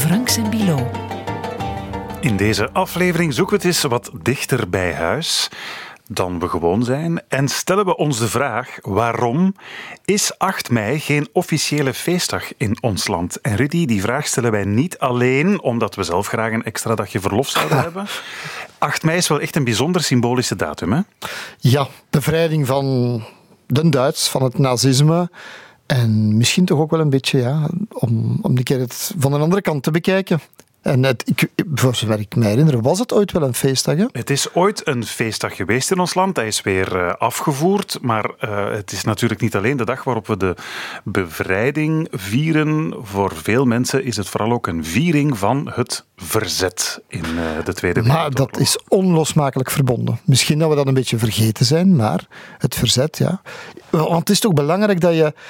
Franks en Bilot. In deze aflevering zoeken we het eens wat dichter bij huis dan we gewoon zijn en stellen we ons de vraag: waarom is 8 mei geen officiële feestdag in ons land? En Rudy, die vraag stellen wij niet alleen omdat we zelf graag een extra dagje verlof zouden hebben. 8 mei is wel echt een bijzonder symbolische datum, hè? Ja, bevrijding van de Duits, van het nazisme. En misschien toch ook wel een beetje om een keer het van een andere kant te bekijken. En voor zover ik me herinner, was het ooit wel een feestdag? Hè? Het is ooit een feestdag geweest in ons land. Hij is weer afgevoerd. Maar het is natuurlijk niet alleen de dag waarop we de bevrijding vieren. Voor veel mensen is het vooral ook een viering van het verzet in de Tweede Wereldoorlog. Maar dat is onlosmakelijk verbonden. Misschien dat we dat een beetje vergeten zijn, maar het verzet, ja. Want het is toch belangrijk dat je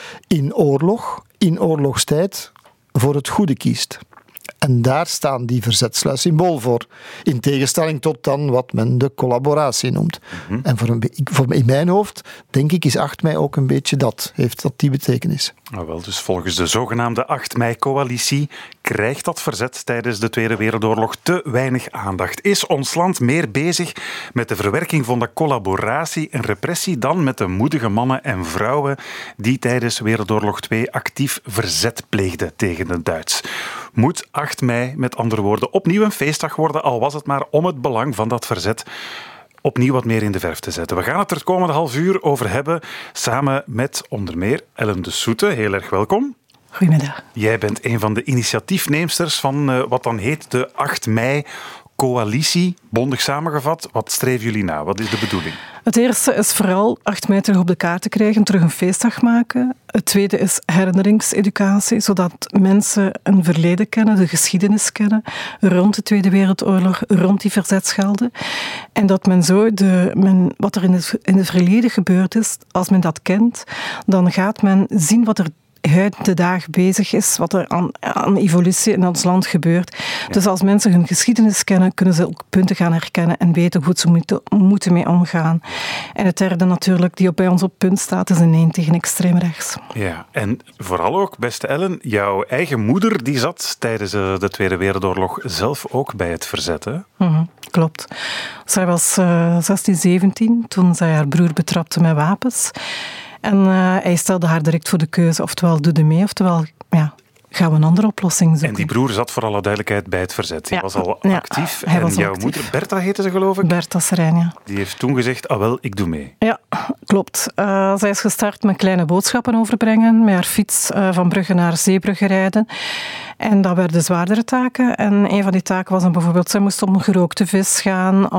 in oorlogstijd, voor het goede kiest. En daar staan die verzetslui symbool voor. In tegenstelling tot dan wat men de collaboratie noemt. Mm-hmm. En in mijn hoofd, denk ik, is 8 mei ook een beetje dat. Heeft dat die betekenis. Nou wel, dus volgens de zogenaamde 8 mei-coalitie krijgt dat verzet tijdens de Tweede Wereldoorlog te weinig aandacht. Is ons land meer bezig met de verwerking van de collaboratie en repressie dan met de moedige mannen en vrouwen die tijdens Wereldoorlog 2 actief verzet pleegden tegen de Duits? Moet 8 mei, met andere woorden, opnieuw een feestdag worden, al was het maar om het belang van dat verzet opnieuw wat meer in de verf te zetten. We gaan het er het komende half uur over hebben, samen met onder meer Ellen de Soete. Heel erg welkom. Goedemiddag. Jij bent een van de initiatiefneemsters van wat dan heet de 8 mei-coalitie. Bondig samengevat, wat streven jullie na? Wat is de bedoeling? Het eerste is vooral 8 mei terug op de kaart te krijgen, terug een feestdag maken. Het tweede is herinneringseducatie, zodat mensen een verleden kennen, de geschiedenis kennen, rond de Tweede Wereldoorlog, rond die verzetsgelden. En dat men zo wat er in het verleden gebeurd is, als men dat kent, dan gaat men zien wat er de dag bezig is, wat er aan evolutie in ons land gebeurt. Ja. Dus als mensen hun geschiedenis kennen, kunnen ze ook punten gaan herkennen en weten hoe ze moeten mee omgaan. En het derde natuurlijk, die bij ons op punt staat, is een nee tegen extreem rechts. Ja, en vooral ook, beste Ellen, jouw eigen moeder die zat tijdens de Tweede Wereldoorlog zelf ook bij het verzet, hè? Mm-hmm, klopt. Zij was 16, 17 toen zij haar broer betrapte met wapens. En hij stelde haar direct voor de keuze, oftewel doe je mee, oftewel gaan we een andere oplossing zoeken. En die broer zat voor alle duidelijkheid bij het verzet. Hij was al actief. Hij en was jouw actief. moeder, Bertha heette ze geloof ik? Bertha Serijn, ja. Die heeft toen gezegd, wel, ik doe mee. Ja, klopt. Zij is gestart met kleine boodschappen overbrengen, met haar fiets van Brugge naar Zeebrugge rijden. En dat werden zwaardere taken. En een van die taken was dan bijvoorbeeld, zij moest op gerookte vis gaan,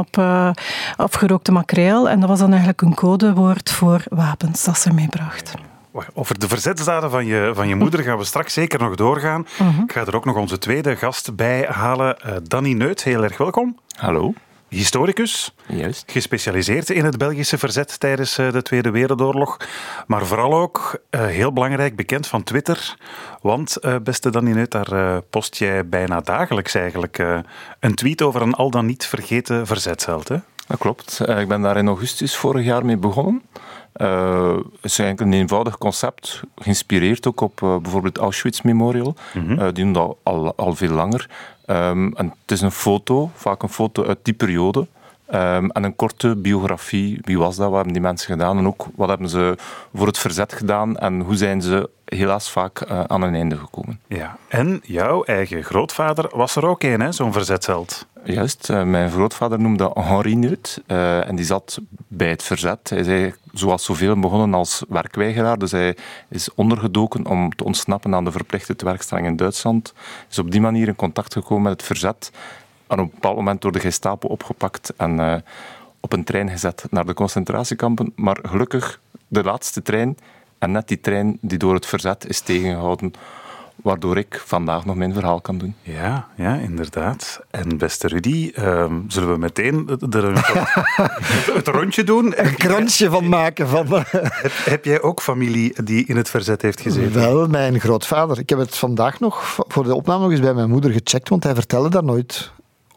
op gerookte makreel. En dat was dan eigenlijk een codewoord voor wapens dat ze meebracht. Over de verzetsdaden van je moeder gaan we straks zeker nog doorgaan. Mm-hmm. Ik ga er ook nog onze tweede gast bij halen. Danny Neut, heel erg welkom. Hallo. Historicus, juist. Gespecialiseerd in het Belgische verzet tijdens de Tweede Wereldoorlog. Maar vooral ook heel belangrijk bekend van Twitter. Want, beste Danny Neut, daar post jij bijna dagelijks eigenlijk een tweet over een al dan niet vergeten verzetsheld, hè? Dat klopt. Ik ben daar in augustus vorig jaar mee begonnen. Het is eigenlijk een eenvoudig concept, geïnspireerd ook op bijvoorbeeld Auschwitz Memorial. Mm-hmm. Die doen dat al veel langer. En het is een foto, vaak een foto uit die periode. En een korte biografie. Wie was dat? Wat hebben die mensen gedaan? En ook wat hebben ze voor het verzet gedaan? En hoe zijn ze helaas vaak aan een einde gekomen? Ja. En jouw eigen grootvader was er ook een, hè? Zo'n verzetsheld. Juist. Mijn grootvader noemde Henri Neut. En die zat bij het verzet. Hij is eigenlijk, zoals zoveel, begonnen als werkweigeraar. Dus hij is ondergedoken om te ontsnappen aan de verplichte werkstelling in Duitsland. Is op die manier in contact gekomen met het verzet. En op een bepaald moment door de Gestapo opgepakt en op een trein gezet naar de concentratiekampen. Maar gelukkig de laatste trein, en net die trein die door het verzet is tegengehouden, waardoor ik vandaag nog mijn verhaal kan doen. Ja, inderdaad. En beste Rudy, zullen we meteen het rondje doen? Een kransje van maken. Heb jij ook familie die in het verzet heeft gezeten? Wel, mijn grootvader. Ik heb het vandaag nog voor de opname nog eens bij mijn moeder gecheckt, want hij vertelde daar nooit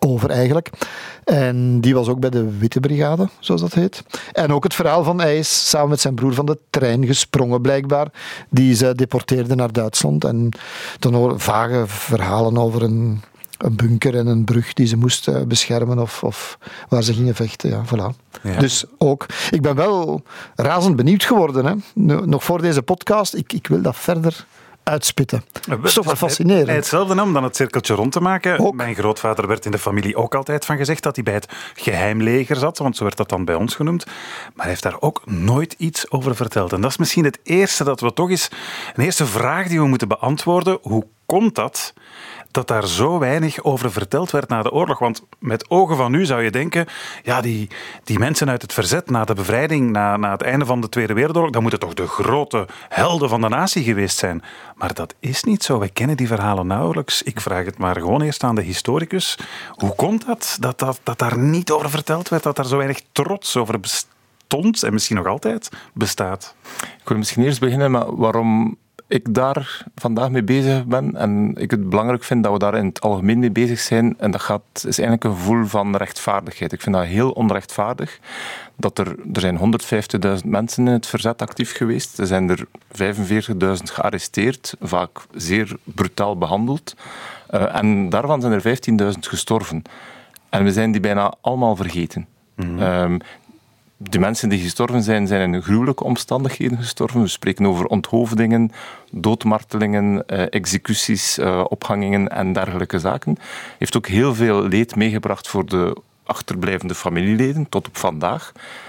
over eigenlijk. En die was ook bij de Witte Brigade, zoals dat heet. En ook het verhaal van hij is samen met zijn broer van de trein gesprongen, blijkbaar. Die ze deporteerden naar Duitsland. En dan horen vage verhalen over een bunker en een brug die ze moesten beschermen of waar ze gingen vechten. Ja, voilà. Ja. Dus ook, ik ben wel razend benieuwd geworden. Hè. Nog voor deze podcast, ik wil dat verder uitspitten. Dat is toch wel fascinerend. Bij hetzelfde om dan het cirkeltje rond te maken. Ook. Mijn grootvader werd in de familie ook altijd van gezegd dat hij bij het geheimleger zat, want zo werd dat dan bij ons genoemd. Maar hij heeft daar ook nooit iets over verteld. En dat is misschien het eerste dat we toch eens... Een eerste vraag die we moeten beantwoorden. Hoe komt dat daar zo weinig over verteld werd na de oorlog? Want met ogen van nu zou je denken, ja, die mensen uit het verzet na de bevrijding, na het einde van de Tweede Wereldoorlog, dat moeten toch de grote helden van de natie geweest zijn. Maar dat is niet zo. Wij kennen die verhalen nauwelijks. Ik vraag het maar gewoon eerst aan de historicus. Hoe komt dat daar niet over verteld werd, dat daar zo weinig trots over bestond en misschien nog altijd bestaat? Ik wil misschien eerst beginnen met waarom ik daar vandaag mee bezig ben en ik het belangrijk vind dat we daar in het algemeen mee bezig zijn. En dat is eigenlijk een gevoel van rechtvaardigheid. Ik vind dat heel onrechtvaardig. Er zijn 150.000 mensen in het verzet actief geweest. Er zijn er 45.000 gearresteerd, vaak zeer brutaal behandeld. En daarvan zijn er 15.000 gestorven. En we zijn die bijna allemaal vergeten. Mm-hmm. De mensen die gestorven zijn in gruwelijke omstandigheden gestorven. We spreken over onthoofdingen, doodmartelingen, executies, ophangingen en dergelijke zaken. Heeft ook heel veel leed meegebracht voor de achterblijvende familieleden, tot op vandaag.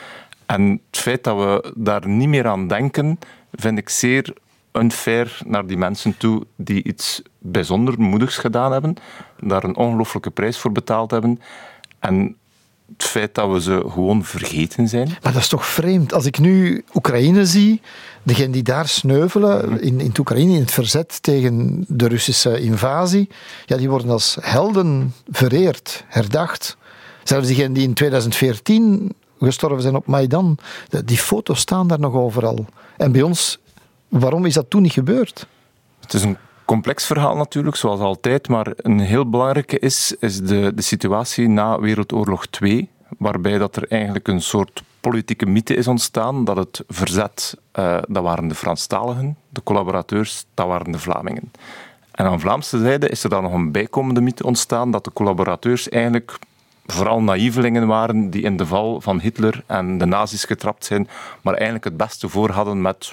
En het feit dat we daar niet meer aan denken, vind ik zeer unfair naar die mensen toe die iets bijzonder moedigs gedaan hebben, daar een ongelooflijke prijs voor betaald hebben. En het feit dat we ze gewoon vergeten zijn. Maar dat is toch vreemd. Als ik nu Oekraïne zie, degenen die daar sneuvelen, in Oekraïne, in het verzet tegen de Russische invasie, ja, die worden als helden vereerd, herdacht. Zelfs diegenen die in 2014 gestorven zijn op Maidan, die foto's staan daar nog overal. En bij ons, waarom is dat toen niet gebeurd? Het is een complex verhaal natuurlijk, zoals altijd, maar een heel belangrijke is de situatie na Wereldoorlog 2, waarbij dat er eigenlijk een soort politieke mythe is ontstaan, dat het verzet, dat waren de Franstaligen, de collaborateurs, dat waren de Vlamingen. En aan Vlaamse zijde is er dan nog een bijkomende mythe ontstaan, dat de collaborateurs eigenlijk vooral naïvelingen waren die in de val van Hitler en de nazi's getrapt zijn, maar eigenlijk het beste voor hadden met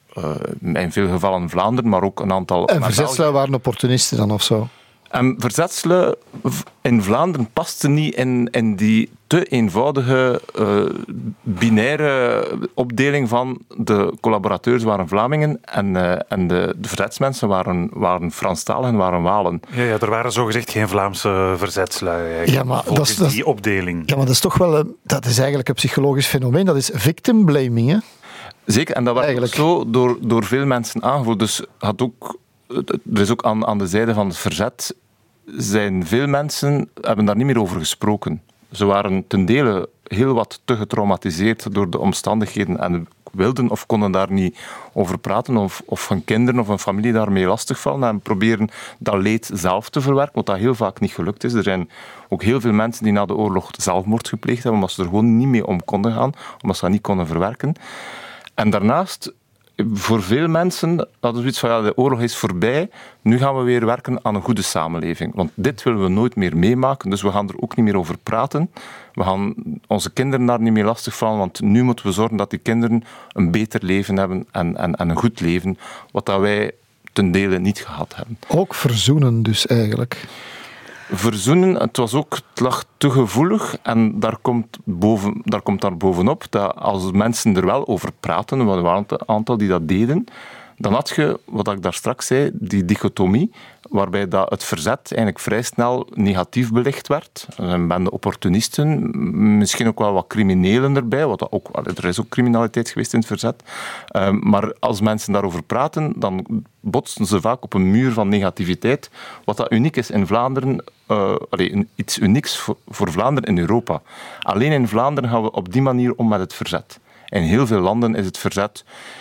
in veel gevallen Vlaanderen, maar ook een aantal... En verzetslui waren opportunisten dan of zo? En verzetslui in Vlaanderen paste niet in die te eenvoudige binaire opdeling van de collaborateurs waren Vlamingen en de verzetsmensen waren Franstaligen, waren Walen. Ja, er waren zogezegd geen Vlaamse verzetslui eigenlijk, ja, maar volgens die opdeling. Ja, maar dat is toch wel dat is eigenlijk een psychologisch fenomeen. Dat is victim blaming, hè? Zeker, en dat werd ook zo door veel mensen aangevoeld. Dus er is ook aan de zijde van het verzet zijn veel mensen hebben daar niet meer over gesproken. Ze waren ten dele heel wat te getraumatiseerd door de omstandigheden en wilden of konden daar niet over praten of hun kinderen of hun familie daarmee lastigvallen en proberen dat leed zelf te verwerken, wat dat heel vaak niet gelukt is. Er zijn ook heel veel mensen die na de oorlog zelfmoord gepleegd hebben, omdat ze er gewoon niet mee om konden gaan, omdat ze dat niet konden verwerken. En daarnaast, voor veel mensen, dat is zoiets van, ja, de oorlog is voorbij, nu gaan we weer werken aan een goede samenleving. Want dit willen we nooit meer meemaken, dus we gaan er ook niet meer over praten. We gaan onze kinderen daar niet meer lastigvallen, want nu moeten we zorgen dat die kinderen een beter leven hebben en een goed leven, wat dat wij ten dele niet gehad hebben. Ook verzoenen dus eigenlijk. Verzoenen, het lag te gevoelig en daar komt dan bovenop dat als mensen er wel over praten, er waren een aantal die dat deden, dan had je, wat ik daar straks zei, die dichotomie, waarbij dat het verzet eigenlijk vrij snel negatief belicht werd. Een bende opportunisten, misschien ook wel wat criminelen erbij, er is ook criminaliteit geweest in het verzet. Maar als mensen daarover praten, dan botsten ze vaak op een muur van negativiteit, wat dat uniek is in Vlaanderen, iets unieks voor Vlaanderen in Europa. Alleen in Vlaanderen gaan we op die manier om met het verzet. In heel veel landen is het verzet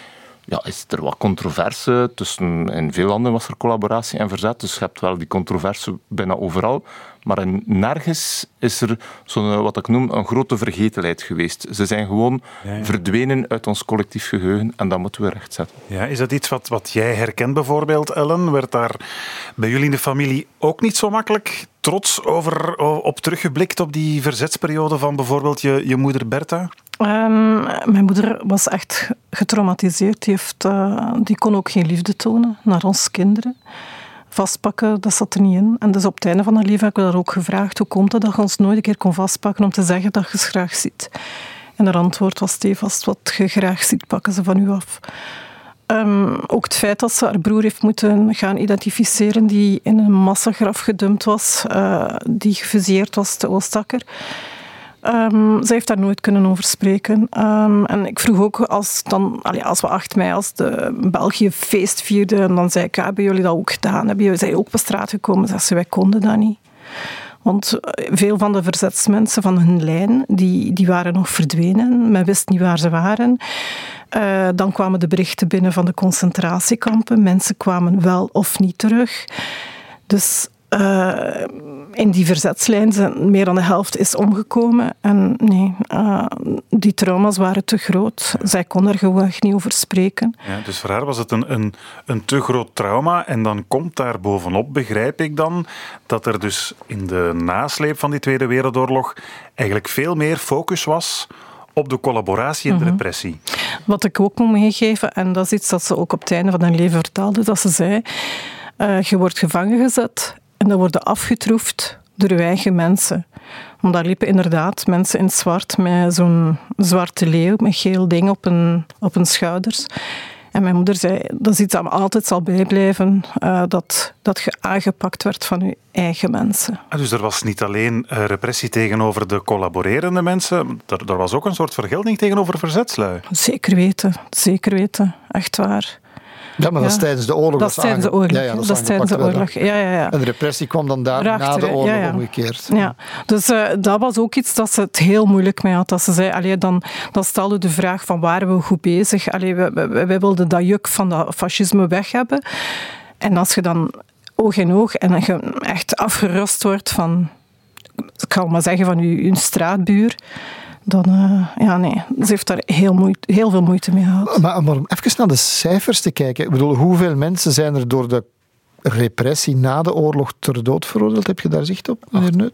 is er wat controverse tussen... In veel landen was er collaboratie en verzet, dus je hebt wel die controverse bijna overal. Maar nergens is er zo'n, wat ik noem, een grote vergetelheid geweest. Ze zijn gewoon verdwenen uit ons collectief geheugen en dat moeten we rechtzetten. Ja, is dat iets wat jij herkent bijvoorbeeld, Ellen? Werd daar bij jullie in de familie ook niet zo makkelijk trots op teruggeblikt op die verzetsperiode van bijvoorbeeld je moeder Bertha? Mijn moeder was echt getraumatiseerd. Die kon ook geen liefde tonen naar ons kinderen. Vastpakken, dat zat er niet in. En dus op het einde van haar leven heb ik haar ook gevraagd: hoe komt het dat je ons nooit een keer kon vastpakken om te zeggen dat je het graag ziet? En haar antwoord was stevast: wat je graag ziet, pakken ze van u af. Ook het feit dat ze haar broer heeft moeten gaan identificeren die in een massagraf gedumpt was, die gefusilleerd was te Oostakker. Zij heeft daar nooit kunnen over spreken. En ik vroeg ook, als we 8 mei, als de België feest vierde, en dan zei ik: hebben jullie dat ook gedaan? Zijn jullie ook op straat gekomen? Zei ze: wij konden dat niet. Want veel van de verzetsmensen van hun lijn, die waren nog verdwenen. Men wist niet waar ze waren. Dan kwamen de berichten binnen van de concentratiekampen. Mensen kwamen wel of niet terug. Dus in die verzetslijn zijn meer dan de helft is omgekomen. En nee, die trauma's waren te groot. Zij kon er gewoon niet over spreken. Ja, dus voor haar was het een te groot trauma. En dan komt daar bovenop, begrijp ik dan, dat er dus in de nasleep van die Tweede Wereldoorlog eigenlijk veel meer focus was op de collaboratie en de repressie. Wat ik ook moet meegeven, en dat is iets dat ze ook op het einde van haar leven vertelde, dat ze zei: je wordt gevangen gezet en dan worden afgetroefd door je eigen mensen. Want daar liepen inderdaad mensen in het zwart met zo'n zwarte leeuw met geel ding op hun schouders. En mijn moeder zei: dat is iets dat me altijd zal bijblijven, dat je aangepakt werd van je eigen mensen. Dus er was niet alleen repressie tegenover de collaborerende mensen, er was ook een soort vergelding tegenover verzetslui. Zeker weten. Echt waar. Ja, maar dat is tijdens de oorlog. Dat is tijdens de oorlog. Ja, dat is tijdens de oorlog. Ja. En de repressie kwam dan daar na de oorlog omgekeerd. Ja, dus dat was ook iets dat ze het heel moeilijk mee had. Dat ze zei, dan stelde de vraag van: waren we goed bezig? Wij wilden dat juk van dat fascisme weg hebben. En als je dan oog in oog en je echt afgerust wordt van, ik ga maar zeggen, van je straatbuur, dan, ze heeft daar heel veel moeite mee gehad. Maar om even naar de cijfers te kijken. Ik bedoel, hoeveel mensen zijn er door de repressie na de oorlog ter dood veroordeeld? Heb je daar zicht op, meneer Neut?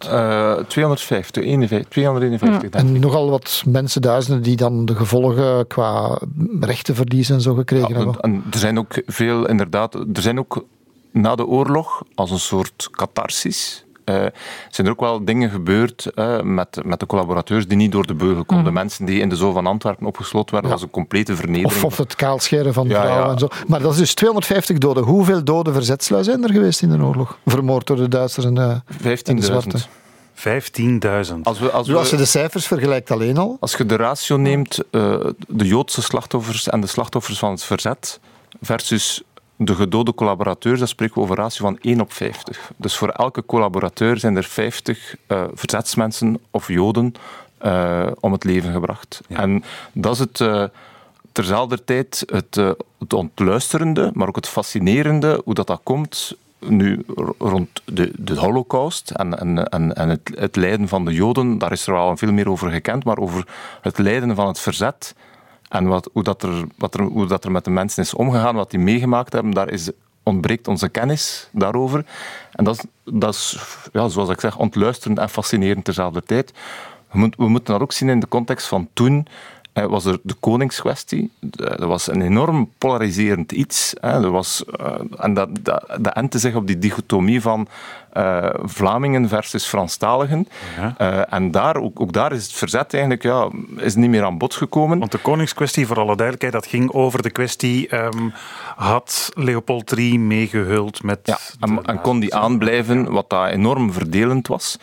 251. En nogal wat mensen, duizenden, die dan de gevolgen qua rechtenverlies en zo gekregen hebben. En er zijn ook veel, inderdaad, er zijn ook na de oorlog, als een soort catharsis, zijn er ook wel dingen gebeurd met de collaborateurs die niet door de beugel konden. De mensen die in de Zoo van Antwerpen opgesloten werden, was een complete vernedering. Of het kaalscheren van vrouwen en zo. Maar dat is dus 250 doden. Hoeveel dode verzetslui zijn er geweest in de oorlog? Vermoord door de Duitsers en de Zwarte. 15.000. Als je de cijfers vergelijkt alleen al. Als je de ratio neemt, de Joodse slachtoffers en de slachtoffers van het verzet versus de gedode collaborateurs, dan spreken we over een ratio van 1 op 50. Dus voor elke collaborateur zijn er 50 verzetsmensen of Joden om het leven gebracht. Ja. En dat is het terzelfde tijd het ontluisterende, maar ook het fascinerende, hoe dat komt nu rond de Holocaust en het lijden van de Joden. Daar is er al veel meer over gekend, maar over het lijden van het verzet en hoe dat er met de mensen is omgegaan, wat die meegemaakt hebben, daar ontbreekt onze kennis daarover. En dat is zoals ik zeg, ontluisterend en fascinerend terzelfde tijd. We moeten dat ook zien in de context van toen. Was er de koningskwestie. Dat was een enorm polariserend iets. En dat entte zich op die dichotomie van Vlamingen versus Franstaligen. Ja. En ook daar is het verzet eigenlijk is niet meer aan bod gekomen. Want de koningskwestie, voor alle duidelijkheid, dat ging over de kwestie, had Leopold III meegehuld met... Ja, en kon die aanblijven, wat dat enorm verdelend was.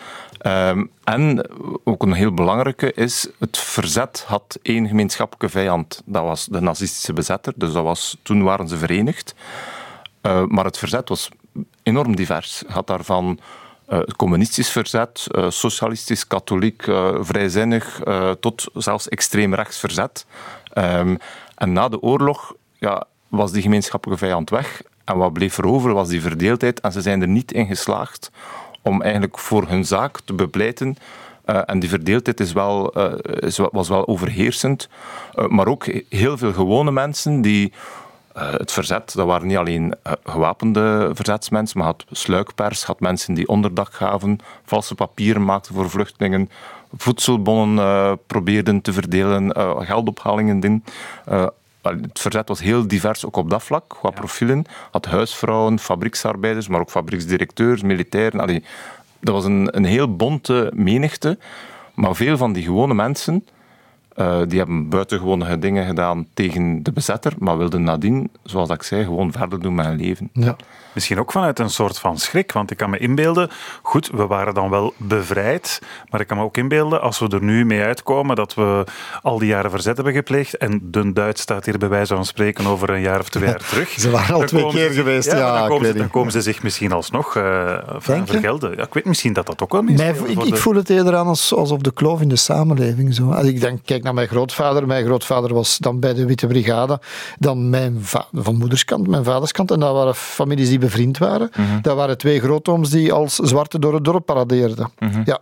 En ook een heel belangrijke is, het verzet had één gemeenschappelijke vijand. Dat was de nazistische bezetter, dus toen waren ze verenigd. Maar het verzet was enorm divers. Het had daarvan communistisch verzet, socialistisch, katholiek, vrijzinnig, tot zelfs extreem rechts verzet. En na de oorlog was die gemeenschappelijke vijand weg. En wat bleef er over was die verdeeldheid. En ze zijn er niet in geslaagd om eigenlijk voor hun zaak te bepleiten. En die verdeeldheid was wel overheersend. Maar ook heel veel gewone mensen die... het verzet, dat waren niet alleen gewapende verzetsmensen, maar had sluikpers, had mensen die onderdak gaven, valse papieren maakten voor vluchtelingen, voedselbonnen probeerden te verdelen, geldophalingen doen. Het verzet was heel divers, ook op dat vlak, qua profielen. Had huisvrouwen, fabrieksarbeiders, maar ook fabrieksdirecteurs, militairen. Dat was een heel bonte menigte, maar veel van die gewone mensen... die hebben buitengewone dingen gedaan tegen de bezetter, maar wilden nadien, zoals ik zei, gewoon verder doen met hun leven. Ja. Misschien ook vanuit een soort van schrik, want ik kan me inbeelden, goed, we waren dan wel bevrijd, maar ik kan me ook inbeelden, als we er nu mee uitkomen, dat we al die jaren verzet hebben gepleegd, en de Duits staat hier bij wijze van spreken over een jaar of 2 jaar terug. Ze waren al 2 keer geweest, dan komen ze zich misschien alsnog vergelden. Ja, ik weet misschien dat ook wel meespeelt. Ik voel het eerder aan alsof de kloof in de samenleving zo. Als ik denk, kijk naar mijn grootvader. Mijn grootvader was dan bij de Witte Brigade. Dan van moederskant, mijn vaderskant. En dat waren families die bevriend waren. Mm-hmm. Dat waren 2 grootooms die als zwarte door het dorp paradeerden. Mm-hmm. Ja.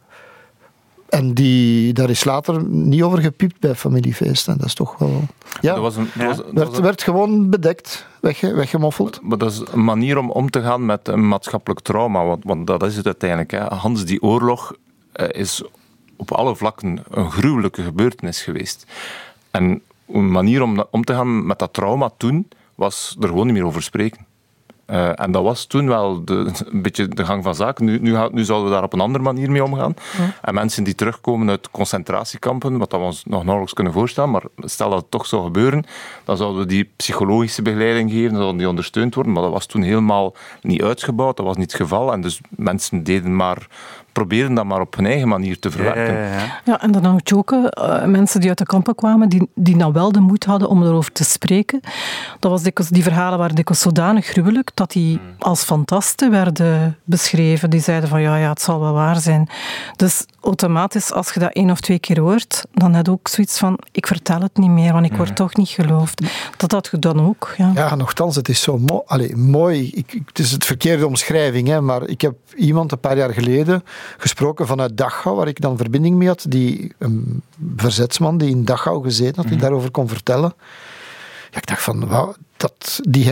En daar is later niet over gepiept bij familiefeesten. Dat is toch wel... Ja, werd gewoon bedekt, weggemoffeld. Maar dat is een manier om te gaan met een maatschappelijk trauma. Want dat is het uiteindelijk. Hè. Hans, die oorlog is op alle vlakken een gruwelijke gebeurtenis geweest. En een manier om te gaan met dat trauma toen, was er gewoon niet meer over spreken. En dat was toen wel een beetje de gang van zaken. Nu zouden we daar op een andere manier mee omgaan. Ja. En mensen die terugkomen uit concentratiekampen, wat we ons nog nauwelijks kunnen voorstellen, maar stel dat het toch zou gebeuren, dan zouden we die psychologische begeleiding geven, dan zouden die ondersteund worden. Maar dat was toen helemaal niet uitgebouwd, dat was niet het geval. En dus mensen probeerden dat maar op hun eigen manier te verwerken. Ja, en dan had je ook mensen die uit de kampen kwamen, die nou wel de moed hadden om erover te spreken. Dat was die verhalen waren dikwijls zodanig gruwelijk, dat die als fantasten werden beschreven. Die zeiden van, ja, het zal wel waar zijn. Dus automatisch, als je dat 1 of 2 keer hoort, dan heb je ook zoiets van, ik vertel het niet meer, want ik word toch niet geloofd. Dat had je dan ook. Ja, nochtans, het is zo mooi. Het is het verkeerde omschrijving, hè, maar ik heb iemand een paar jaar geleden gesproken vanuit Dachau, waar ik dan verbinding mee had, een verzetsman die in Dachau gezeten had, die daarover kon vertellen. Ja, ik dacht van, wauw, die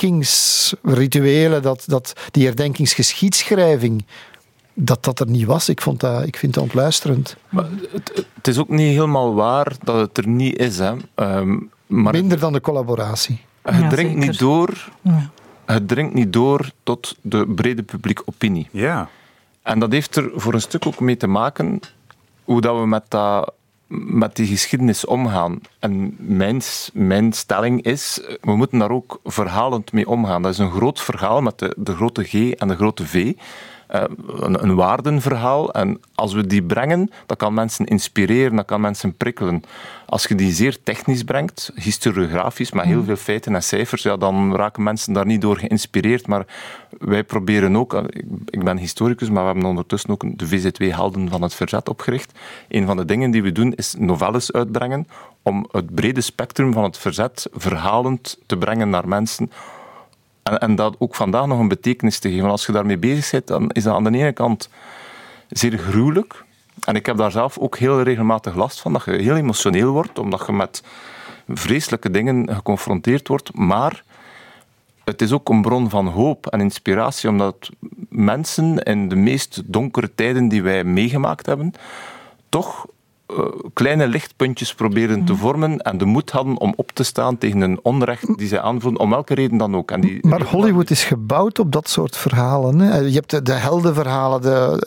herdenkingsrituelen, die herdenkingsgeschiedschrijving, dat er niet was. Ik vind dat ontluisterend. Maar het is ook niet helemaal waar dat het er niet is. Hè. Maar minder dan de collaboratie. Het dringt niet door. Ja. Het dringt niet door tot de brede publieke opinie. Ja. En dat heeft er voor een stuk ook mee te maken hoe dat we met die geschiedenis omgaan. En mijn stelling is, we moeten daar ook verhalend mee omgaan. Dat is een groot verhaal met de grote G en de grote V. Een waardenverhaal. En als we die brengen, dat kan mensen inspireren, dat kan mensen prikkelen. Als je die zeer technisch brengt, historiografisch, met heel veel feiten en cijfers, dan raken mensen daar niet door geïnspireerd. Maar wij proberen ook, ik ben historicus, maar we hebben ondertussen ook de VZW Helden van het Verzet opgericht. Een van de dingen die we doen, is novelles uitbrengen om het brede spectrum van het verzet verhalend te brengen naar mensen. En dat ook vandaag nog een betekenis te geven. Als je daarmee bezig bent, dan is dat aan de ene kant zeer gruwelijk. En ik heb daar zelf ook heel regelmatig last van, dat je heel emotioneel wordt, omdat je met vreselijke dingen geconfronteerd wordt. Maar het is ook een bron van hoop en inspiratie, omdat mensen in de meest donkere tijden die wij meegemaakt hebben, toch kleine lichtpuntjes proberen te vormen en de moed hadden om op te staan tegen een onrecht die zij aanvoelen, om welke reden dan ook. Maar Hollywood is gebouwd op dat soort verhalen. Hè? Je hebt de heldenverhalen,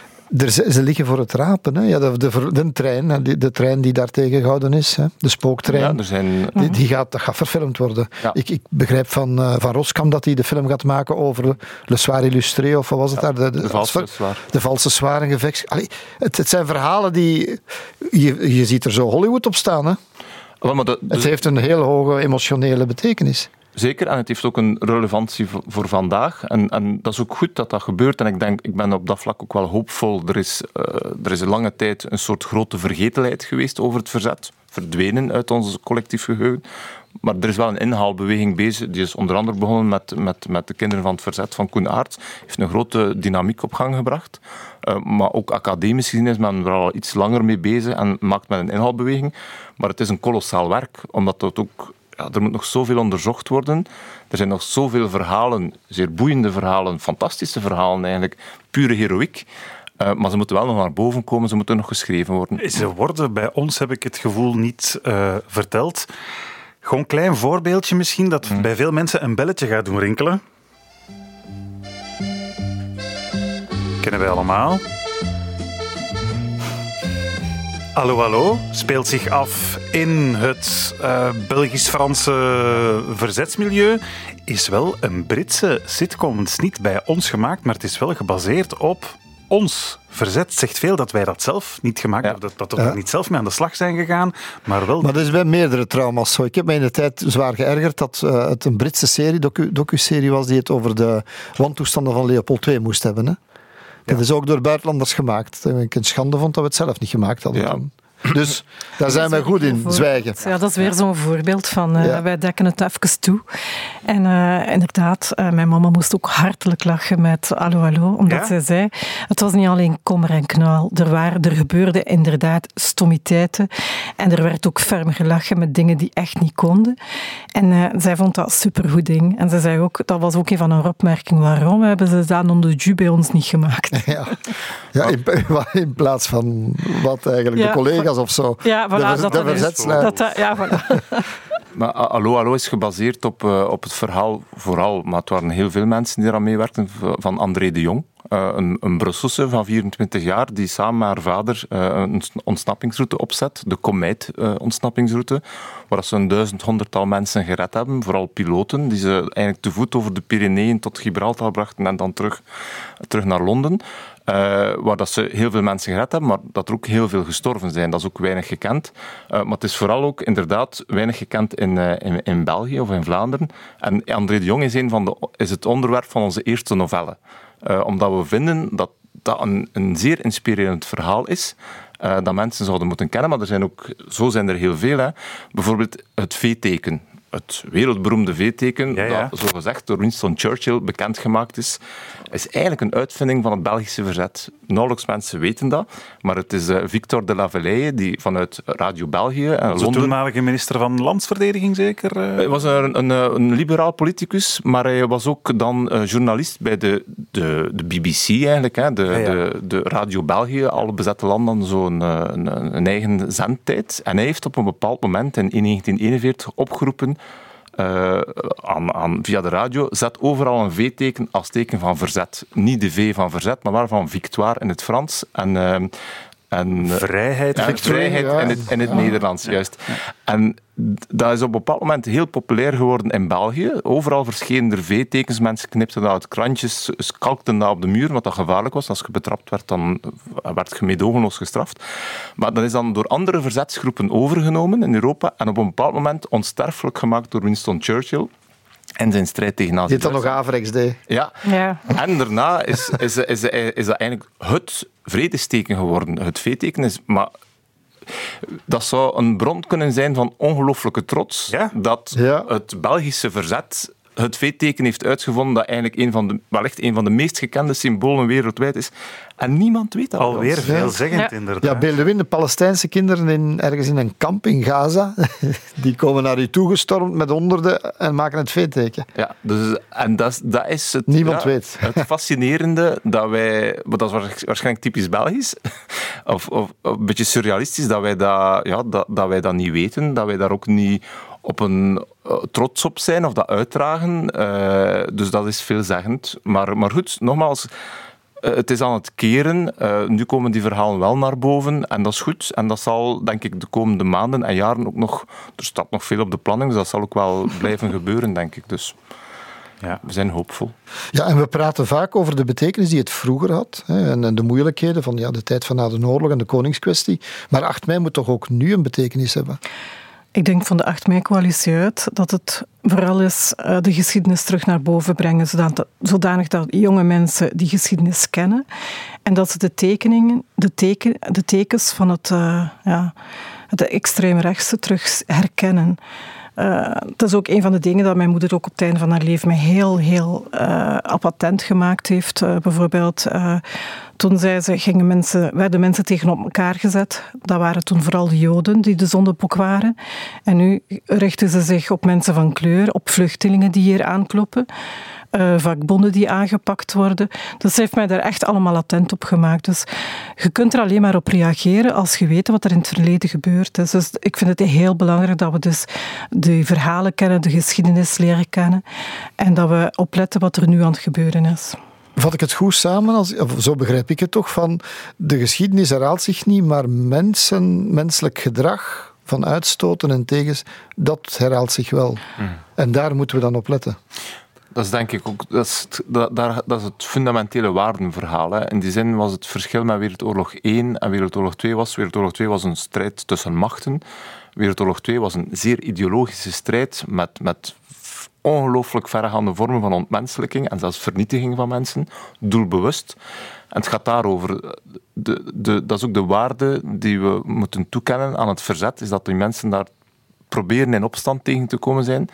ze liggen voor het rapen. Hè? Ja, de trein, de trein die daar tegengehouden is, hè? De spooktrein, dat gaat verfilmd worden. Ja. Ik begrijp van Roskamp dat hij de film gaat maken over Le Soir Illustré, of wat was het daar? De valse zware gevecht. Het zijn verhalen die... Je ziet er zo Hollywood op staan. Hè? Het heeft een heel hoge emotionele betekenis. Zeker, en het heeft ook een relevantie voor vandaag. En dat is ook goed dat dat gebeurt. En ik ben op dat vlak ook wel hoopvol. Er is een lange tijd een soort grote vergetelheid geweest over het verzet. verdwenen uit ons collectief geheugen. Maar er is wel een inhaalbeweging bezig. Die is onder andere begonnen met de kinderen van het verzet van Koen Aerts. Heeft een grote dynamiek op gang gebracht. Maar ook academisch gezien is men er al iets langer mee bezig en maakt men een inhaalbeweging. Maar het is een kolossaal werk, omdat het ook... Ja, er moet nog zoveel onderzocht worden. Er zijn nog zoveel verhalen, zeer boeiende verhalen, fantastische verhalen eigenlijk, pure heroïek. Maar ze moeten wel nog naar boven komen, ze moeten nog geschreven worden. Ze worden bij ons, heb ik het gevoel, niet verteld. Gewoon een klein voorbeeldje misschien, dat bij veel mensen een belletje gaat doen rinkelen. Kennen wij allemaal. Allo Allo speelt zich af in het Belgisch-Franse verzetsmilieu. Is wel een Britse sitcom. Het is niet bij ons gemaakt, maar het is wel gebaseerd op ons verzet. Het zegt veel dat wij dat zelf niet gemaakt hebben, dat we er niet zelf mee aan de slag zijn gegaan, maar wel... Maar dat is bij meerdere trauma's zo. Ik heb me in de tijd zwaar geërgerd dat het een Britse serie, docu-serie was, die het over de wantoestanden van Leopold II moest hebben. Hè? Dat is ook door buitenlanders gemaakt. Dat ik een schande vond dat we het zelf niet gemaakt hadden. Ja. Dus daar zijn wij goed in, zwijgen. Ja, dat is weer zo'n voorbeeld van wij dekken het even toe. En inderdaad, mijn mama moest ook hartelijk lachen met Allo Allo, omdat zij zei, het was niet alleen kommer en knauw. Er gebeurden inderdaad stommiteiten en er werd ook ferm gelachen met dingen die echt niet konden. En zij vond dat een supergoed ding. En ze zei ook, dat was ook een van haar opmerkingen, waarom hebben ze dat non de jus bij ons niet gemaakt? Ja, in plaats van wat eigenlijk de collega's of zo. Ja, voilà, de verzetslijn. Voilà. Maar Allo Allo is gebaseerd op het verhaal vooral, maar het waren heel veel mensen die eraan meewerkten, van André de Jong. Een Brusselse van 24 jaar die samen met haar vader een ontsnappingsroute opzet, de Komeit-ontsnappingsroute, waar ze 1100-tal mensen gered hebben, vooral piloten, die ze eigenlijk te voet over de Pyreneeën tot Gibraltar brachten en dan terug naar Londen. Waar dat ze heel veel mensen gered hebben, maar dat er ook heel veel gestorven zijn. Dat is ook weinig gekend. Maar het is vooral ook inderdaad weinig gekend in België of in Vlaanderen. En André de Jong is het onderwerp van onze eerste novelle. Omdat we vinden dat dat een zeer inspirerend verhaal is, dat mensen zouden moeten kennen, maar zo zijn er heel veel. Hè. Bijvoorbeeld het V-teken. Het wereldberoemde V-teken, dat zogezegd door Winston Churchill bekendgemaakt is eigenlijk een uitvinding van het Belgische verzet. Nauwelijks mensen weten dat, maar het is Victor de Laveleye, die vanuit Radio België en Londen... De toenmalige minister van Landsverdediging, zeker? Hij was een liberaal politicus, maar hij was ook dan journalist bij de BBC eigenlijk, hè, de Radio België. Alle bezette landen zo'n een eigen zendtijd. En hij heeft op een bepaald moment in 1941 opgeroepen via de radio, zet overal een V-teken als teken van verzet. Niet de V van verzet, maar wel van victoire in het Frans. En vrijheid. Vrijheid in het Nederlands, juist. Ja. En dat is op een bepaald moment heel populair geworden in België. Overal verschenen er V-tekens. Mensen knipten dat uit krantjes, kalkten dat op de muur, wat dat gevaarlijk was. Als je betrapt werd, dan werd je meedogenloos gestraft. Maar dat is dan door andere verzetsgroepen overgenomen in Europa en op een bepaald moment onsterfelijk gemaakt door Winston Churchill. En zijn strijd tegen nazi. Dit dan nog Averex deed. Ja. En daarna is dat eigenlijk het vredesteken geworden. Het V-teken is... Maar dat zou een bron kunnen zijn van ongelooflijke trots. Ja? Dat het Belgische verzet het V-teken heeft uitgevonden dat eigenlijk wellicht een van de meest gekende symbolen wereldwijd is. En niemand weet dat. Alweer veelzeggend, inderdaad. Ja, beeld de Palestijnse kinderen ergens in een kamp in Gaza. Die komen naar u toegestormd met honderden en maken het V-teken. Ja, dus, en dat is het... Niemand weet. Het fascinerende dat wij... Maar dat is waarschijnlijk typisch Belgisch. Of een beetje surrealistisch dat wij dat niet weten. Dat wij daar ook niet op een trots op zijn of dat uitdragen. Dus dat is veelzeggend. Maar goed, nogmaals... Het is aan het keren. Nu komen die verhalen wel naar boven en dat is goed. En dat zal, denk ik, de komende maanden en jaren ook nog... Er staat nog veel op de planning, dus dat zal ook wel blijven gebeuren, denk ik. Dus ja, we zijn hoopvol. Ja, en we praten vaak over de betekenis die het vroeger had. Hè, en de moeilijkheden van de tijd van na de oorlog en de koningskwestie. Maar 8 mei moet toch ook nu een betekenis hebben? Ik denk van de 8 mei-coalitie uit dat het vooral is de geschiedenis terug naar boven brengen, zodanig dat jonge mensen die geschiedenis kennen en dat ze de tekens van het de extreemrechtse terug herkennen. Dat is ook een van de dingen dat mijn moeder ook op het einde van haar leven mij heel patent gemaakt heeft. Bijvoorbeeld, toen zei ze, werden mensen tegenover elkaar gezet. Dat waren toen vooral de Joden die de zondebok waren. En nu richten ze zich op mensen van kleur, op vluchtelingen die hier aankloppen. Vakbonden die aangepakt worden. Dus ze heeft mij daar echt allemaal attent op gemaakt. Dus je kunt er alleen maar op reageren als je weet wat er in het verleden gebeurd is. Dus ik vind het heel belangrijk dat we dus de verhalen kennen, de geschiedenis leren kennen en dat we opletten wat er nu aan het gebeuren is. Vat ik het goed samen, zo begrijp ik het toch, van de geschiedenis herhaalt zich niet, maar menselijk gedrag van uitstoten en tegens, dat herhaalt zich wel. En daar moeten we dan op letten. Dat is denk ik ook dat is het fundamentele waardenverhaal. Hè. In die zin was het verschil met Wereldoorlog 1 en Wereldoorlog 2 was. Wereldoorlog 2 was een strijd tussen machten. Wereldoorlog 2 was een zeer ideologische strijd met ongelooflijk verregaande vormen van ontmenselijking en zelfs vernietiging van mensen, doelbewust. En het gaat daarover. Dat is ook de waarde die we moeten toekennen aan het verzet, is dat die mensen daar proberen in opstand tegen te komen zijn.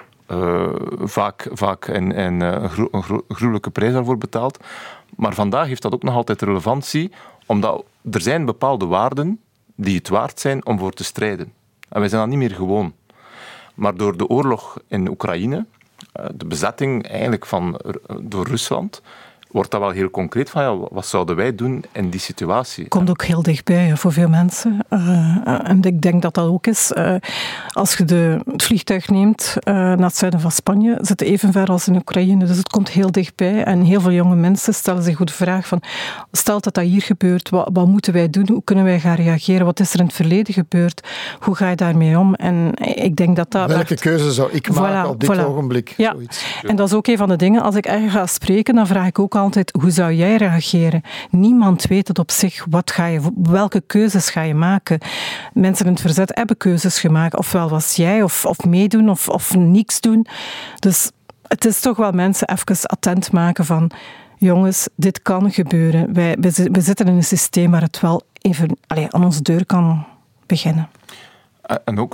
Vaak een gruwelijke prijs daarvoor betaald. Maar vandaag heeft dat ook nog altijd relevantie, omdat er zijn bepaalde waarden die het waard zijn om voor te strijden. En wij zijn dat niet meer gewoon. Maar door de oorlog in Oekraïne, de bezetting eigenlijk door Rusland, wordt dat wel heel concreet van, wat zouden wij doen in die situatie? Het komt ook heel dichtbij voor veel mensen. En ik denk dat dat ook is. Als je het vliegtuig neemt naar het zuiden van Spanje, zit het even ver als in Oekraïne. Dus het komt heel dichtbij. En heel veel jonge mensen stellen zich de vraag van, stel dat hier gebeurt, wat moeten wij doen? Hoe kunnen wij gaan reageren? Wat is er in het verleden gebeurd? Hoe ga je daarmee om? En ik denk dat dat... Welke keuze zou ik maken op dit ogenblik? Ja. En dat is ook een van de dingen. Als ik ergens ga spreken, dan vraag ik ook altijd, hoe zou jij reageren? Niemand weet het op zich. Welke keuzes ga je maken? Mensen in het verzet hebben keuzes gemaakt. Ofwel was jij, of meedoen, of niks doen. Dus het is toch wel mensen even attent maken van, jongens, dit kan gebeuren. We zitten in een systeem waar het wel even aan onze deur kan beginnen. En ook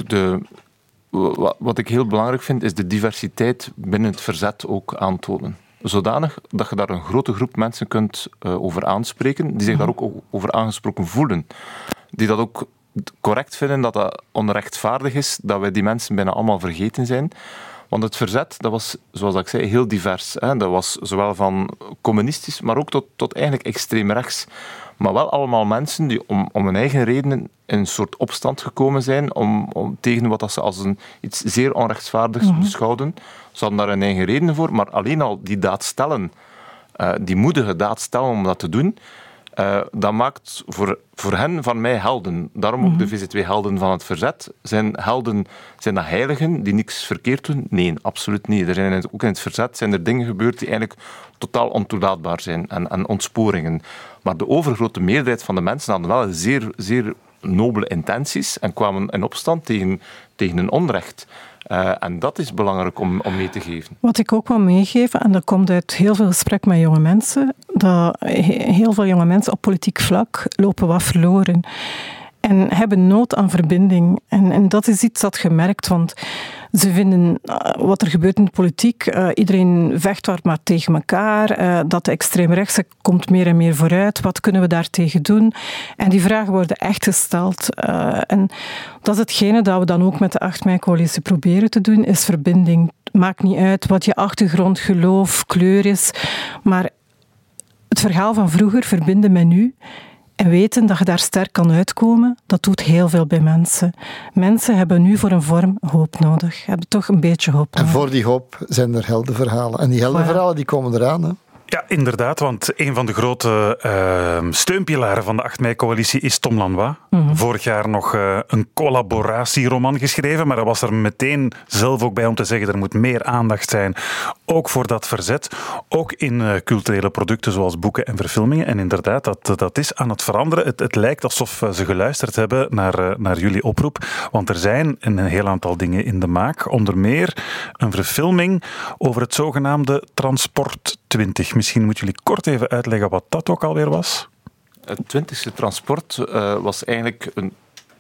wat ik heel belangrijk vind, is de diversiteit binnen het verzet ook aantonen. Zodanig dat je daar een grote groep mensen kunt over aanspreken, die zich daar ook over aangesproken voelen. Die dat ook correct vinden, dat dat onrechtvaardig is, dat wij die mensen bijna allemaal vergeten zijn. Want het verzet, dat was, zoals ik zei, heel divers. Hè. Dat was zowel van communistisch, maar ook tot eigenlijk extreem rechts. Maar wel allemaal mensen die om hun eigen redenen in een soort opstand gekomen zijn tegen wat ze als iets zeer onrechtvaardigs beschouwden. Ze hadden daar hun eigen redenen voor, maar alleen al die daad stellen, die moedige daad stellen om dat te doen, dat maakt voor hen van mij helden. Daarom ook de VZ2-helden van het verzet. Zijn dat heiligen die niks verkeerd doen? Nee, absoluut niet. Ook in het verzet zijn er dingen gebeurd die eigenlijk totaal ontoelaatbaar zijn en ontsporingen. Maar de overgrote meerderheid van de mensen hadden wel zeer, zeer nobele intenties en kwamen in opstand tegen een onrecht. En dat is belangrijk om mee te geven. Wat ik ook wil meegeven, en dat komt uit heel veel gesprek met jonge mensen, dat heel veel jonge mensen op politiek vlak lopen wat verloren. En hebben nood aan verbinding. En dat is iets dat gemerkt, want ze vinden wat er gebeurt in de politiek, iedereen vecht maar tegen elkaar, dat de extreemrechtse komt meer en meer vooruit, wat kunnen we daartegen doen? En die vragen worden echt gesteld. En dat is hetgene dat we dan ook met de 8 mei-coalitie proberen te doen, is verbinding. Maakt niet uit wat je achtergrond, geloof, kleur is, maar het verhaal van vroeger verbinden met nu. En weten dat je daar sterk kan uitkomen, dat doet heel veel bij mensen. Mensen hebben nu voor een vorm hoop nodig. Hebben toch een beetje hoop nodig. En voor die hoop zijn er heldenverhalen. En die heldenverhalen die komen eraan, hè? Ja, inderdaad, want een van de grote steunpilaren van de 8 mei-coalitie is Tom Lanois. Vorig jaar nog een collaboratieroman geschreven, maar hij was er meteen zelf ook bij om te zeggen er moet meer aandacht zijn, ook voor dat verzet, ook in culturele producten zoals boeken en verfilmingen. En inderdaad, dat is aan het veranderen. Het lijkt alsof ze geluisterd hebben naar jullie oproep, want er zijn een heel aantal dingen in de maak. Onder meer een verfilming over het zogenaamde Transport 20. Misschien moeten jullie kort even uitleggen wat dat ook alweer was. Het 20e transport was eigenlijk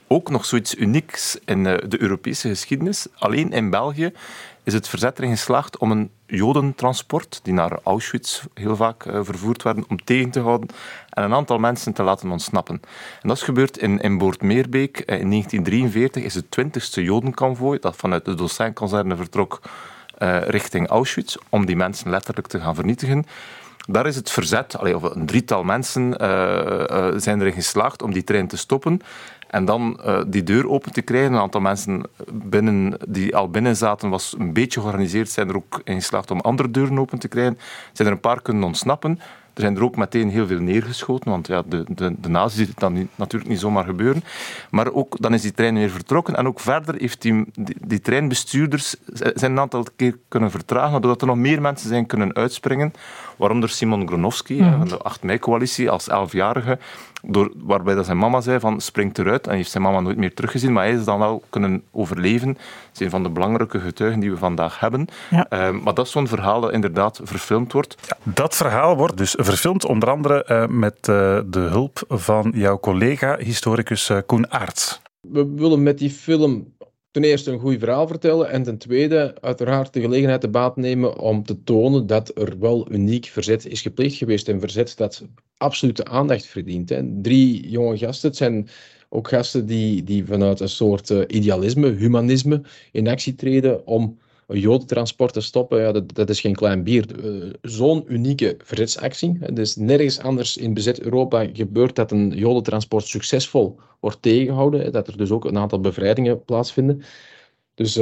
ook nog zoiets unieks in de Europese geschiedenis. Alleen in België is het verzet erin geslaagd om een jodentransport, die naar Auschwitz heel vaak vervoerd werden, om tegen te houden en een aantal mensen te laten ontsnappen. En dat is gebeurd in Boortmeerbeek. In 1943 is het 20e jodenkonvooi, dat vanuit de Dossin-kazerne vertrok richting Auschwitz, om die mensen letterlijk te gaan vernietigen. Daar is het verzet, of een drietal mensen zijn erin geslaagd om die trein te stoppen. En dan die deur open te krijgen. Een aantal mensen die al binnen zaten, was een beetje georganiseerd, zijn er ook in geslaagd om andere deuren open te krijgen. Zijn er een paar kunnen ontsnappen. Er zijn er ook meteen heel veel neergeschoten, want ja, de nazi ziet het dan natuurlijk niet zomaar gebeuren. Maar ook, dan is die trein weer vertrokken. En ook verder heeft die treinbestuurders zijn een aantal keer kunnen vertragen, doordat er nog meer mensen zijn kunnen uitspringen. Waaronder Simon Gronowski van de 8 mei-coalitie als 11-jarige, waarbij dat zijn mama zei van spring eruit. En heeft zijn mama nooit meer teruggezien, maar hij is dan wel kunnen overleven. Dat is een van de belangrijke getuigen die we vandaag hebben. Ja. Maar dat is zo'n verhaal dat inderdaad verfilmd wordt. Ja, dat verhaal wordt dus verfilmd, onder andere met de hulp van jouw collega, historicus Koen Aerts. We willen met die film ten eerste een goed verhaal vertellen en ten tweede uiteraard de gelegenheid te baat nemen om te tonen dat er wel uniek verzet is gepleegd geweest. Een verzet dat absolute aandacht verdient. 3 jonge gasten, het zijn ook gasten die vanuit een soort idealisme, humanisme in actie treden om een jodentransport te stoppen. Ja, dat is geen klein bier. Zo'n unieke verzetsactie. Dus nergens anders in bezet Europa gebeurt dat een jodentransport succesvol wordt tegengehouden. Dat er dus ook een aantal bevrijdingen plaatsvinden. Dus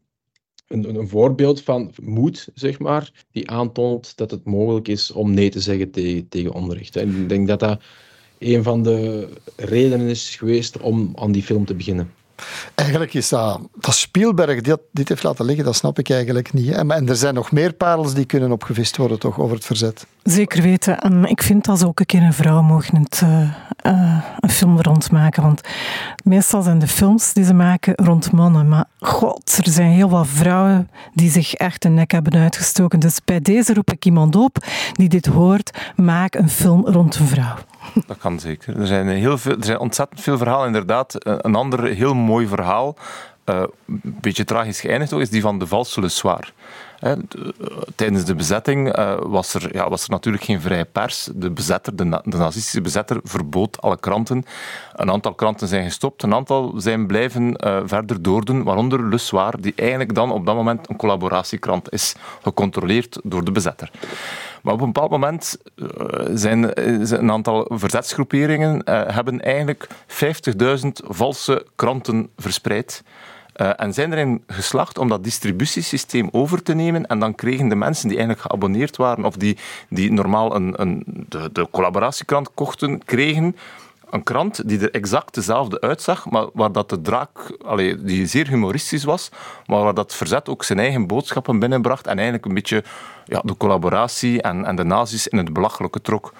een voorbeeld van moed, zeg maar, die aantoont dat het mogelijk is om nee te zeggen tegen onrecht. En ik denk dat dat een van de redenen is geweest om aan die film te beginnen. Eigenlijk is dat Spielberg dit heeft laten liggen, dat snap ik eigenlijk niet. Hè? En er zijn nog meer parels die kunnen opgevist worden, toch, over het verzet. Zeker weten. En ik vind dat ze ook een keer een vrouw mogen een film rondmaken. Want meestal zijn de films die ze maken rond mannen. Maar god, er zijn heel wat vrouwen die zich echt de nek hebben uitgestoken. Dus bij deze roep ik iemand op die dit hoort. Maak een film rond een vrouw. Dat kan zeker. Er zijn ontzettend veel verhalen. Inderdaad, een ander heel mooi verhaal, een beetje tragisch geëindigd ook, is die van de valse Le Soir. Tijdens de bezetting was er natuurlijk geen vrije pers. De nazistische bezetter verbood alle kranten. Een aantal kranten zijn gestopt, een aantal zijn blijven verder doordoen, waaronder Le Soir, die eigenlijk dan op dat moment een collaboratiekrant is, gecontroleerd door de bezetter. Maar op een bepaald moment zijn een aantal verzetsgroeperingen hebben eigenlijk 50.000 valse kranten verspreid. En zijn erin geslaagd om dat distributiesysteem over te nemen. En dan kregen de mensen die eigenlijk geabonneerd waren of die normaal de collaboratiekrant kochten, kregen een krant die er exact dezelfde uitzag, maar waar dat de draak, die zeer humoristisch was, maar waar dat verzet ook zijn eigen boodschappen binnenbracht en eigenlijk een beetje de collaboratie en de nazi's in het belachelijke trok.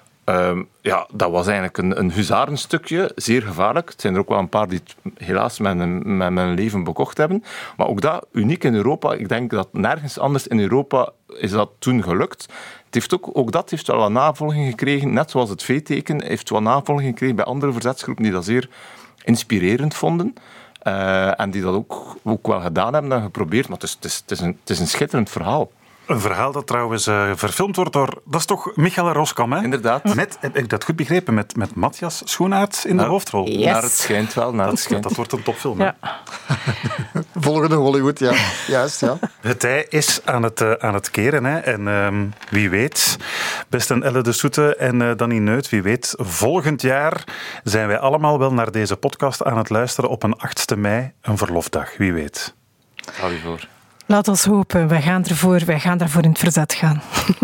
Dat was eigenlijk een huzarenstukje, zeer gevaarlijk. Het zijn er ook wel een paar die het helaas met mijn leven bekocht hebben. Maar ook dat, uniek in Europa. Ik denk dat nergens anders in Europa is dat toen gelukt. Het heeft ook dat heeft wel wat navolging gekregen, net zoals het V-teken heeft wel navolging gekregen bij andere verzetsgroepen die dat zeer inspirerend vonden. En die dat ook wel gedaan hebben en geprobeerd. Maar het is een schitterend verhaal. Een verhaal dat trouwens verfilmd wordt door... Dat is toch Michael Roskam, hè? Inderdaad. Heb ik dat goed begrepen? Met Matthias Schoenaerts in de hoofdrol? Yes. Naar het schijnt wel. Dat wordt een topfilm. Ja. Volgende Hollywood, ja. Juist, ja. Het tij is aan het keren. Hè? En wie weet, best een Elle de Soete en Danny Neut, wie weet, volgend jaar zijn wij allemaal wel naar deze podcast aan het luisteren op een 8e mei, een verlofdag. Wie weet. Stel je voor. Laat ons hopen. Wij gaan daarvoor in het verzet gaan.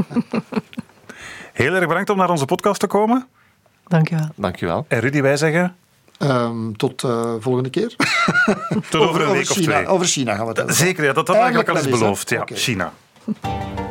Heel erg bedankt om naar onze podcast te komen. Dank je wel. En Rudy, wij zeggen... Tot volgende keer. Tot over een week of 2. Over China gaan we het hebben. Zeker, ja, dat had eigenlijk al eens beloofd. Ja, okay. China.